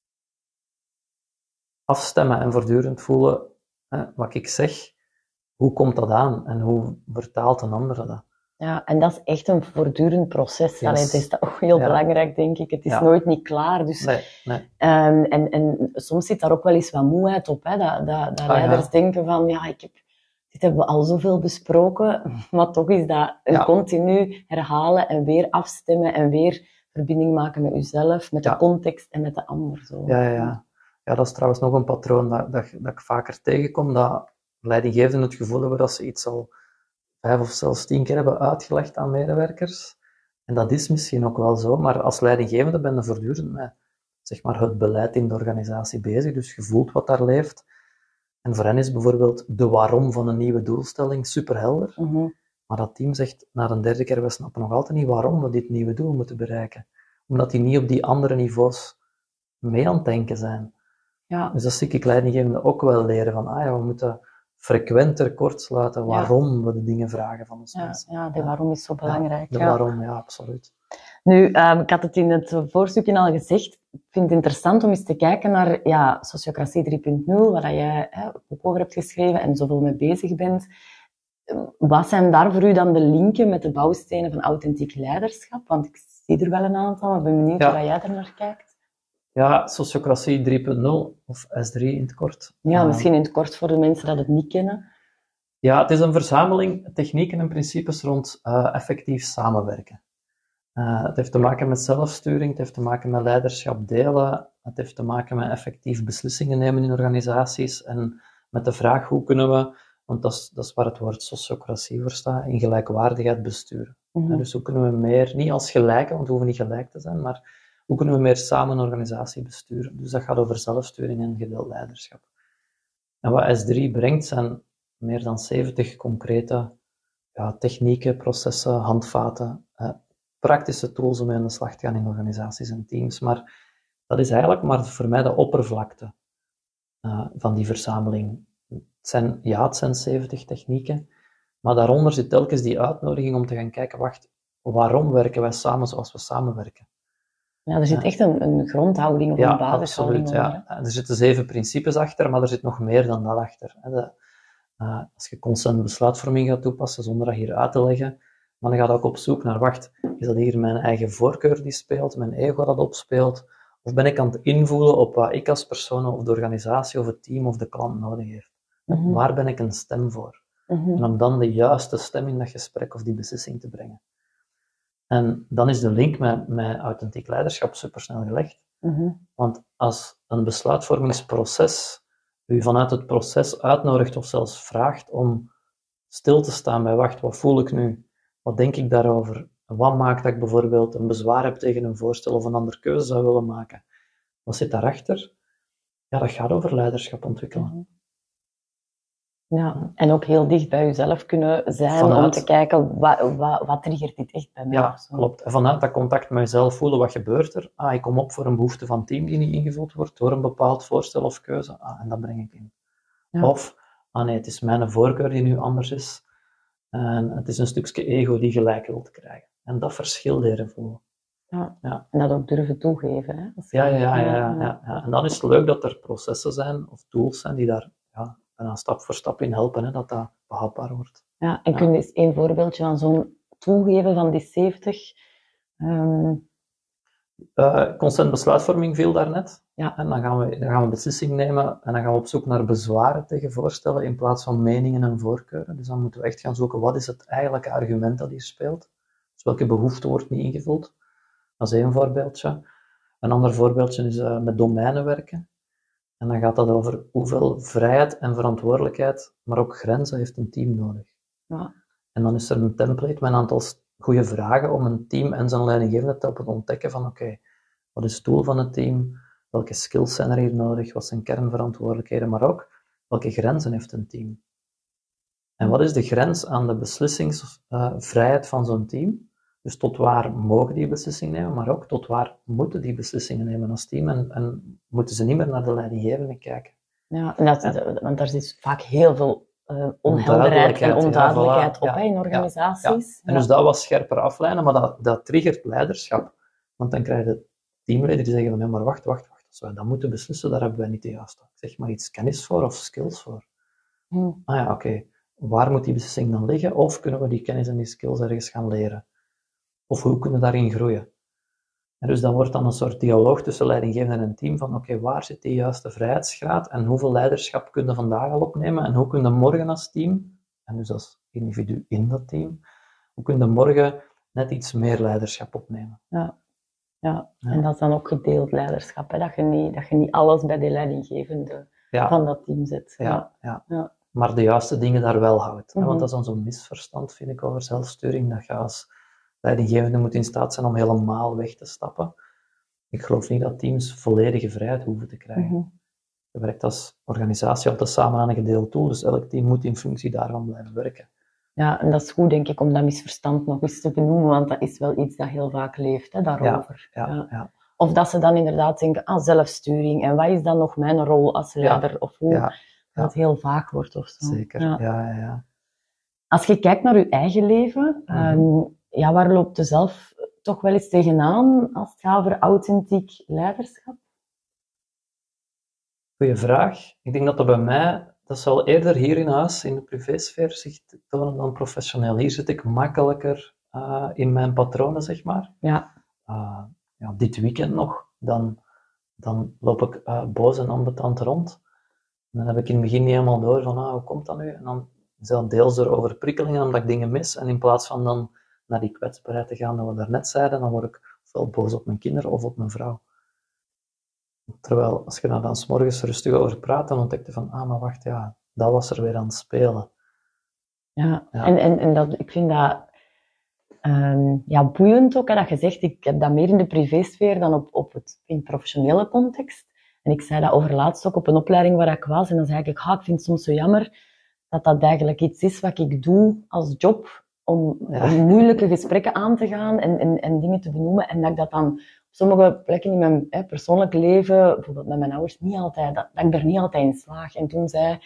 afstemmen en voortdurend voelen wat ik zeg. Hoe komt dat aan? En hoe vertaalt een ander dat? Ja, en dat is echt een voortdurend proces. Yes. Het is ook heel belangrijk, denk ik. Het is nooit niet klaar. Dus, nee. En soms zit daar ook wel eens wat moeheid op. Hè? Dat leiders denken van, dit hebben we al zoveel besproken. Maar toch is dat een continu herhalen en weer afstemmen en weer verbinding maken met jezelf, met de context en met de ander. Zo. Ja, dat is trouwens nog een patroon dat ik vaker tegenkom, dat leidinggevenden het gevoel hebben dat ze iets al 5 of zelfs 10 keer hebben uitgelegd aan medewerkers. En dat is misschien ook wel zo, maar als leidinggevende ben je voortdurend met het beleid in de organisatie bezig, dus je voelt wat daar leeft. En voor hen is bijvoorbeeld de waarom van een nieuwe doelstelling superhelder. Mm-hmm. Maar dat team zegt na de 3e keer, we snappen nog altijd niet waarom we dit nieuwe doel moeten bereiken. Omdat die niet op die andere niveaus mee aan het denken zijn. Ja. Dus dat zie ik leidinggevenden ook wel leren van, we moeten frequenter kortsluiten waarom we de dingen vragen van ons mensen. Ja, de waarom is zo belangrijk. De waarom, absoluut. Nu, ik had het in het voorstukje al gezegd, ik vind het interessant om eens te kijken naar Sociocratie 3.0, waar jij ook over hebt geschreven en zoveel mee bezig bent. Wat zijn daar voor u dan de linken met de bouwstenen van authentiek leiderschap? Want ik zie er wel een aantal, maar ben benieuwd hoe jij er naar kijkt. Ja, Sociocratie 3.0, of S3 in het kort. Ja, misschien in het kort voor de mensen die het niet kennen. Ja, het is een verzameling technieken en principes rond effectief samenwerken. Het heeft te maken met zelfsturing, het heeft te maken met leiderschap delen, het heeft te maken met effectief beslissingen nemen in organisaties en met de vraag hoe kunnen we Want dat is waar het woord sociocratie voor staat, in gelijkwaardigheid besturen. Mhm. Dus hoe kunnen we meer, niet als gelijken, want we hoeven niet gelijk te zijn, maar hoe kunnen we meer samen een organisatie besturen? Dus dat gaat over zelfsturing en gedeeld leiderschap. En wat S3 brengt, zijn meer dan 70 concrete technieken, processen, handvaten, praktische tools om mee aan de slag te gaan in organisaties en teams. Maar dat is eigenlijk maar voor mij de oppervlakte van die verzameling. Het zijn 70 technieken, maar daaronder zit telkens die uitnodiging om te gaan kijken, wacht, waarom werken wij samen zoals we samenwerken? Ja, er zit echt een grondhouding of een basishouding absoluut, onder. Ja. Er zitten 7 principes achter, maar er zit nog meer dan dat achter. Als je consent besluitvorming gaat toepassen, zonder dat hier uit te leggen, maar dan gaat ook op zoek naar, wacht, is dat hier mijn eigen voorkeur die speelt, mijn ego dat opspeelt, of ben ik aan het invoelen op wat ik als persoon of de organisatie of het team of de klant nodig heeft? Waar ben ik een stem voor? En om dan de juiste stem in dat gesprek of die beslissing te brengen. En dan is de link met authentiek leiderschap supersnel gelegd. Want als een besluitvormingsproces u vanuit het proces uitnodigt of zelfs vraagt om stil te staan bij, wacht, wat voel ik nu? Wat denk ik daarover? Wat maakt dat ik bijvoorbeeld een bezwaar heb tegen een voorstel of een andere keuze zou willen maken? Wat zit daarachter? Ja, dat gaat over leiderschap ontwikkelen. Ja, en ook heel dicht bij jezelf kunnen zijn om te kijken, wat triggert dit echt bij mij? Ja, klopt. En vanuit dat contact met jezelf voelen, wat gebeurt er? Ik kom op voor een behoefte van het team die niet ingevuld wordt door een bepaald voorstel of keuze. En dat breng ik in. Ja. Of, nee, het is mijn voorkeur die nu anders is. En het is een stukje ego die gelijk wil krijgen. En dat verschil leren voelen. Ja. En dat ook durven toegeven. Hè? Ja. En dan is het leuk dat er processen zijn of tools zijn die daar bijna stap voor stap in helpen, hè, dat behapbaar wordt. Ja, en kun je eens één voorbeeldje van zo'n tool geven van die 70? Consent besluitvorming viel daarnet. Ja. En dan gaan we beslissing nemen en dan gaan we op zoek naar bezwaren tegen voorstellen in plaats van meningen en voorkeuren. Dus dan moeten we echt gaan zoeken, wat is het eigenlijke argument dat hier speelt? Dus welke behoefte wordt niet ingevuld? Dat is één voorbeeldje. Een ander voorbeeldje is met domeinen werken. En dan gaat dat over hoeveel vrijheid en verantwoordelijkheid, maar ook grenzen heeft een team nodig. Ja. En dan is er een template met een aantal goede vragen om een team en zijn leidinggevende te helpen ontdekken van oké, wat is het doel van het team? Welke skills zijn er hier nodig? Wat zijn kernverantwoordelijkheden? Maar ook, welke grenzen heeft een team? En wat is de grens aan de beslissingsvrijheid van zo'n team? Dus tot waar mogen die beslissingen nemen, maar ook tot waar moeten die beslissingen nemen als team en moeten ze niet meer naar de leidinggevende kijken. Ja, want daar zit vaak heel veel onhelderheid en onduidelijkheid op in organisaties. En dus dat was scherper aflijnen, maar dat triggert leiderschap. Want dan krijg je teamleden die zeggen van, ja, maar wacht, als wij dat moeten beslissen, daar hebben wij niet de juiste, zeg maar, iets kennis voor of skills voor. Oké. Waar moet die beslissing dan liggen? Of kunnen we die kennis en die skills ergens gaan leren? Of hoe kunnen we daarin groeien? En dus dan wordt dan een soort dialoog tussen leidinggevende en een team van oké, waar zit die juiste vrijheidsgraad en hoeveel leiderschap kun je vandaag al opnemen en hoe kun je morgen als team, en dus als individu in dat team, hoe kun je morgen net iets meer leiderschap opnemen? Ja. En dat is dan ook gedeeld leiderschap, hè? Dat je niet alles bij de leidinggevende van dat team zet. Ja. Maar de juiste dingen daar wel houdt. Want dat is dan zo'n misverstand, vind ik, over zelfsturing, dat je als leidinggevende moet in staat zijn om helemaal weg te stappen. Ik geloof niet dat teams volledige vrijheid hoeven te krijgen. Je werkt als organisatie altijd samen aan een gedeeld doel, dus elk team moet in functie daarvan blijven werken. Ja, en dat is goed, denk ik, om dat misverstand nog eens te benoemen, want dat is wel iets dat heel vaak leeft, hè, daarover. Ja. Of dat ze dan inderdaad denken, zelfsturing, en wat is dan nog mijn rol als leider, of hoe dat het heel vaag wordt of zo. Zeker, ja. Als je kijkt naar je eigen leven, waar loopt je zelf toch wel eens tegenaan als het gaat over authentiek leiderschap? Goeie vraag. Ik denk dat bij mij, dat zal eerder hier in huis, in de privésfeer, zich tonen dan professioneel. Hier zit ik makkelijker in mijn patronen, zeg maar. Dit weekend nog, dan loop ik boos en ambetant rond. En dan heb ik in het begin niet helemaal door van, hoe komt dat nu? En dan is dat deels door overprikkelingen, omdat ik dingen mis. En in plaats van dan naar die kwetsbaarheid te gaan, dat we daarnet zeiden, dan word ik ofwel boos op mijn kinderen of op mijn vrouw. Terwijl, als je daar dan 's morgens rustig over praat, dan ontdek je van, maar wacht, dat was er weer aan het spelen. Ja. En dat, ik vind dat boeiend ook, hè, dat je zegt, ik heb dat meer in de privésfeer dan in professionele context. En ik zei dat over laatst ook op een opleiding waar ik was. En dan zei ik vind het soms zo jammer dat eigenlijk iets is wat ik doe als job om moeilijke gesprekken aan te gaan en dingen te benoemen. En dat ik dat dan op sommige plekken in mijn persoonlijk leven, bijvoorbeeld met mijn ouders, niet altijd, dat ik er niet altijd in slaag. En toen zei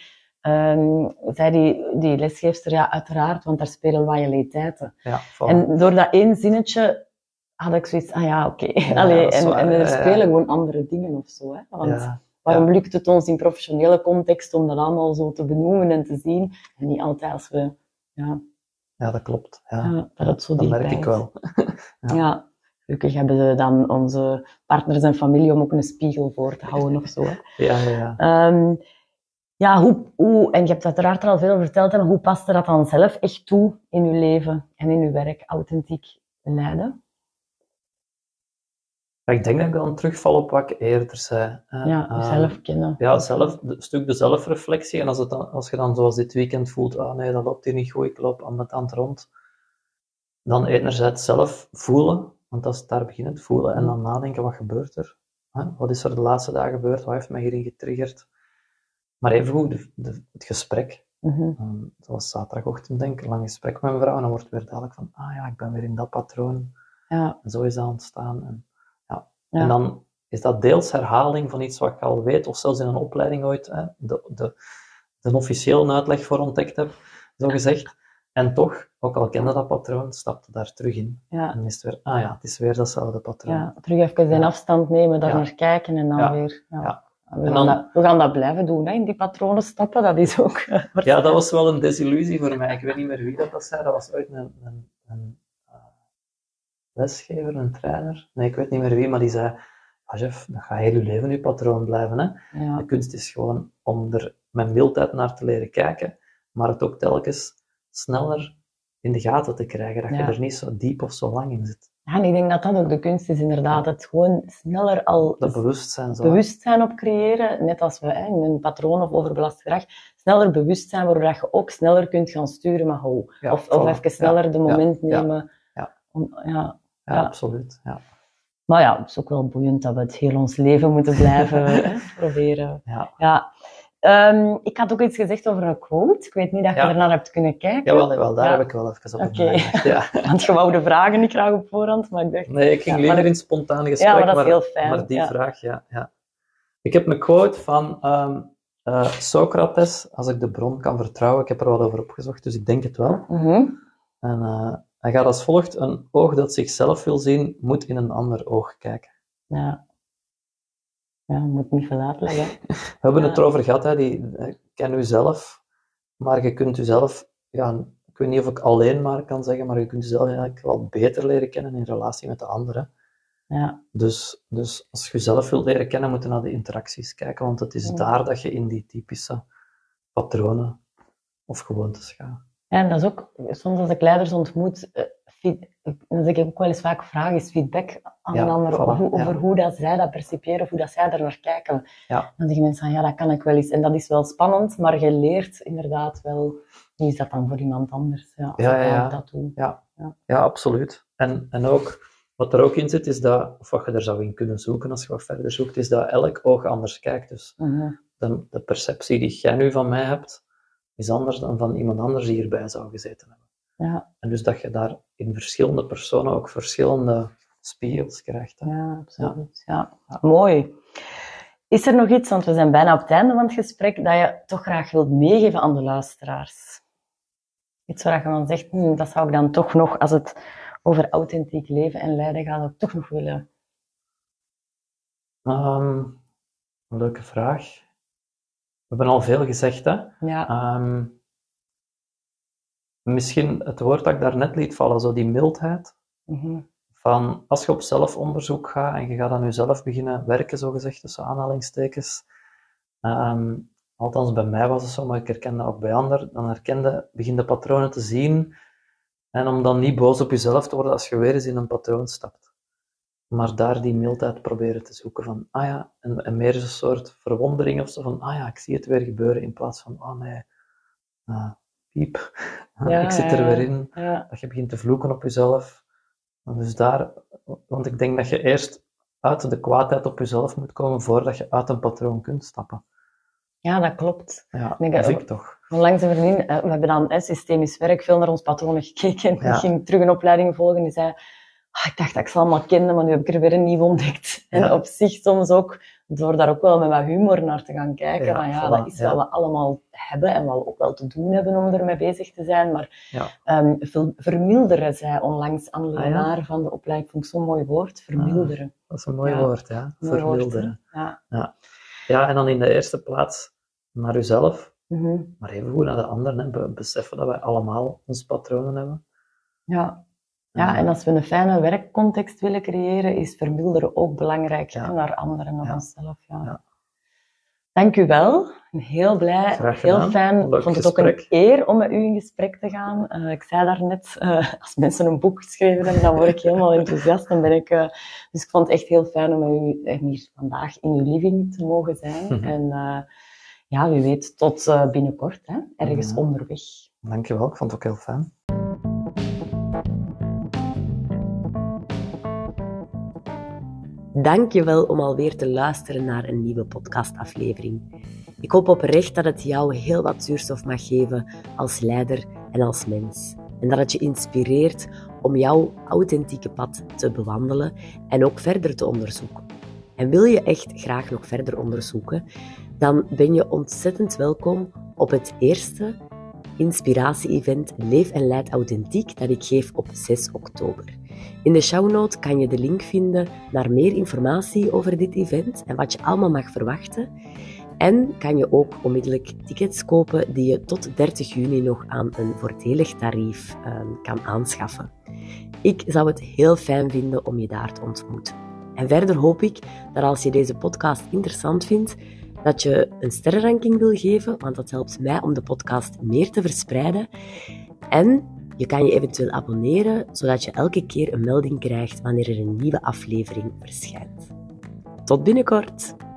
die lesgeefster, uiteraard, want daar spelen loyaliteiten. Ja, en door dat één zinnetje had ik zoiets, oké. En er spelen gewoon andere dingen of zo. Hè? Want waarom lukt het ons in professionele context om dat allemaal zo te benoemen en te zien? En niet altijd als we... Ja, dat klopt. Dat het zo dat dichtbij merk ik wel. Gelukkig hebben ze dan onze partners en familie om ook een spiegel voor te houden of zo. Hè? Hoe, en je hebt uiteraard er al veel over verteld, maar hoe past er dat dan zelf echt toe in je leven en in je werk, authentiek leiden? Ik denk dat ik dan terugval op wat ik eerder zei. Jezelf kennen. Ja, een stuk de zelfreflectie. En als je dan zoals dit weekend voelt, nee, dat loopt hier niet goed, ik loop ambetant rond. Dan enerzijds zelf voelen, want daar begint het voelen. En dan nadenken, wat gebeurt er? Wat is er de laatste dagen gebeurd? Wat heeft mij hierin getriggerd? Maar evengoed het gesprek. Zoals zaterdagochtend denk ik, een lang gesprek met mijn vrouw. En dan wordt weer duidelijk van, ik ben weer in dat patroon. En zo is dat ontstaan. En dan is dat deels herhaling van iets wat ik al weet, of zelfs in een opleiding ooit de officiële uitleg voor ontdekt heb, zo gezegd. En toch, ook al kende dat patroon, stapte daar terug in. En is het weer, het is weer datzelfde patroon. Terug even in afstand nemen, daar naar kijken en dan weer... We gaan dat blijven doen, hè, in die patronen stappen, dat is ook... dat was wel een desillusie voor mij. Ik weet niet meer wie dat zei, dat was ooit een lesgever, een trainer. Nee, ik weet niet meer wie, maar die zei, Jeff, dat gaat heel je leven je patroon blijven. Hè? De kunst is gewoon om er met mildheid naar te leren kijken, maar het ook telkens sneller in de gaten te krijgen, dat je er niet zo diep of zo lang in zit. Ja, en ik denk dat dat ook de kunst is, inderdaad. Het gewoon sneller al... Dat bewustzijn op creëren, net als we in een patroon of overbelast gedrag, sneller bewustzijn, waardoor je ook sneller kunt gaan sturen, maar of even sneller de moment nemen. Ja, absoluut. Ja. Maar het is ook wel boeiend dat we het heel ons leven moeten blijven proberen. Ik had ook iets gezegd over een quote. Ik weet niet dat je ernaar hebt kunnen kijken. Jawel, daar heb ik wel even op Want je wou de vragen niet graag op voorhand, maar ik dacht... Nee, ik ging liever in spontaan gesprek, maar dat is heel fijn. Maar die vraag, Ik heb een quote van Socrates, als ik de bron kan vertrouwen. Ik heb er wat over opgezocht, dus ik denk het wel. En hij gaat als volgt: een oog dat zichzelf wil zien, moet in een ander oog kijken. Moet niet veel uitleggen. We hebben het erover gehad, ken uzelf, maar je kunt uzelf, ik weet niet of ik alleen maar kan zeggen, maar je kunt jezelf eigenlijk wel beter leren kennen in relatie met de anderen. Dus als je jezelf wilt leren kennen, moet je naar de interacties kijken, want het is daar dat je in die typische patronen of gewoontes gaat. En dat is ook, soms als ik leiders ontmoet, dan zeg ik ook wel eens vaak, vraag is feedback aan een ander over hoe dat zij dat percipiëren, of hoe dat zij er naar kijken. Dan zeggen mensen van, dat kan ik wel eens. En dat is wel spannend, maar je leert inderdaad wel, hoe is dat dan voor iemand anders? Dat doen. Ja, absoluut. En ook, wat er ook in zit, is dat, of wat je er zou in kunnen zoeken als je wat verder zoekt, is dat elk oog anders kijkt. Dus de perceptie die jij nu van mij hebt, is anders dan van iemand anders die hierbij zou gezeten hebben. En dus dat je daar in verschillende personen ook verschillende spiegels krijgt. Hè? Ja, absoluut. Mooi. Is er nog iets, want we zijn bijna op het einde van het gesprek, dat je toch graag wilt meegeven aan de luisteraars? Iets waar je dan zegt, dat zou ik dan toch nog, als het over authentiek leven en leiden gaat, ook toch nog willen. Een leuke vraag. We hebben al veel gezegd, hè? Misschien het woord dat ik daarnet liet vallen, zo die mildheid. Van als je op zelfonderzoek gaat en je gaat aan jezelf beginnen werken, zogezegd, tussen aanhalingstekens. Althans, bij mij was het zo, maar ik herkende ook bij anderen. Dan begin de patronen te zien. En om dan niet boos op jezelf te worden als je weer eens in een patroon stapt. Maar daar die mildheid proberen te zoeken van, en meer een soort verwondering of zo van, ik zie het weer gebeuren, in plaats van, nee. piep, Ja, ik zit er weer in. Ja. Dat je begint te vloeken op jezelf. Dus want ik denk dat je eerst uit de kwaadheid op jezelf moet komen voordat je uit een patroon kunt stappen. Ja, dat klopt. Ja, Ik denk, dat vind ik toch. Onlangs een vriendin, we hebben dan systemisch werk veel naar ons patronen gekeken. En ik ging terug een opleiding volgen en die zei, ik dacht dat ik ze allemaal kende, maar nu heb ik er weer een nieuw ontdekt. Ja. En op zich soms ook, door daar ook wel met wat humor naar te gaan kijken, dat is wat we allemaal hebben en wat we ook wel te doen hebben om ermee bezig te zijn. Maar vermilderen, zei onlangs Anne Leonard van de opleiding, vond ik zo'n mooi woord, vermilderen. Dat is een mooi woord, ja. Mooi vermilderen. Woord, ja, en dan in de eerste plaats naar jezelf, maar even goed naar de anderen. Beseffen dat wij allemaal onze patronen hebben. Ja, en als we een fijne werkcontext willen creëren, is vermilderen ook belangrijk naar anderen, naar onszelf. Ja. Dank u wel. Heel blij, heel fijn. Ik vond het ook een eer om met u in gesprek te gaan. Ik zei daarnet, als mensen een boek geschreven hebben, dan word ik helemaal enthousiast. Dus ik vond het echt heel fijn om met u hier vandaag in uw living te mogen zijn. En wie weet, tot binnenkort, hè? Ergens onderweg. Dankjewel, ik vond het ook heel fijn. Dankjewel om alweer te luisteren naar een nieuwe podcastaflevering. Ik hoop oprecht dat het jou heel wat zuurstof mag geven als leider en als mens. En dat het je inspireert om jouw authentieke pad te bewandelen en ook verder te onderzoeken. En wil je echt graag nog verder onderzoeken, dan ben je ontzettend welkom op het eerste inspiratie-event Leef en Leid Authentiek dat ik geef op 6 oktober. In de shownote kan je de link vinden naar meer informatie over dit event en wat je allemaal mag verwachten. En kan je ook onmiddellijk tickets kopen die je tot 30 juni nog aan een voordelig tarief kan aanschaffen. Ik zou het heel fijn vinden om je daar te ontmoeten. En verder hoop ik dat als je deze podcast interessant vindt, dat je een sterrenranking wil geven, want dat helpt mij om de podcast meer te verspreiden. En je kan je eventueel abonneren, zodat je elke keer een melding krijgt wanneer er een nieuwe aflevering verschijnt. Tot binnenkort!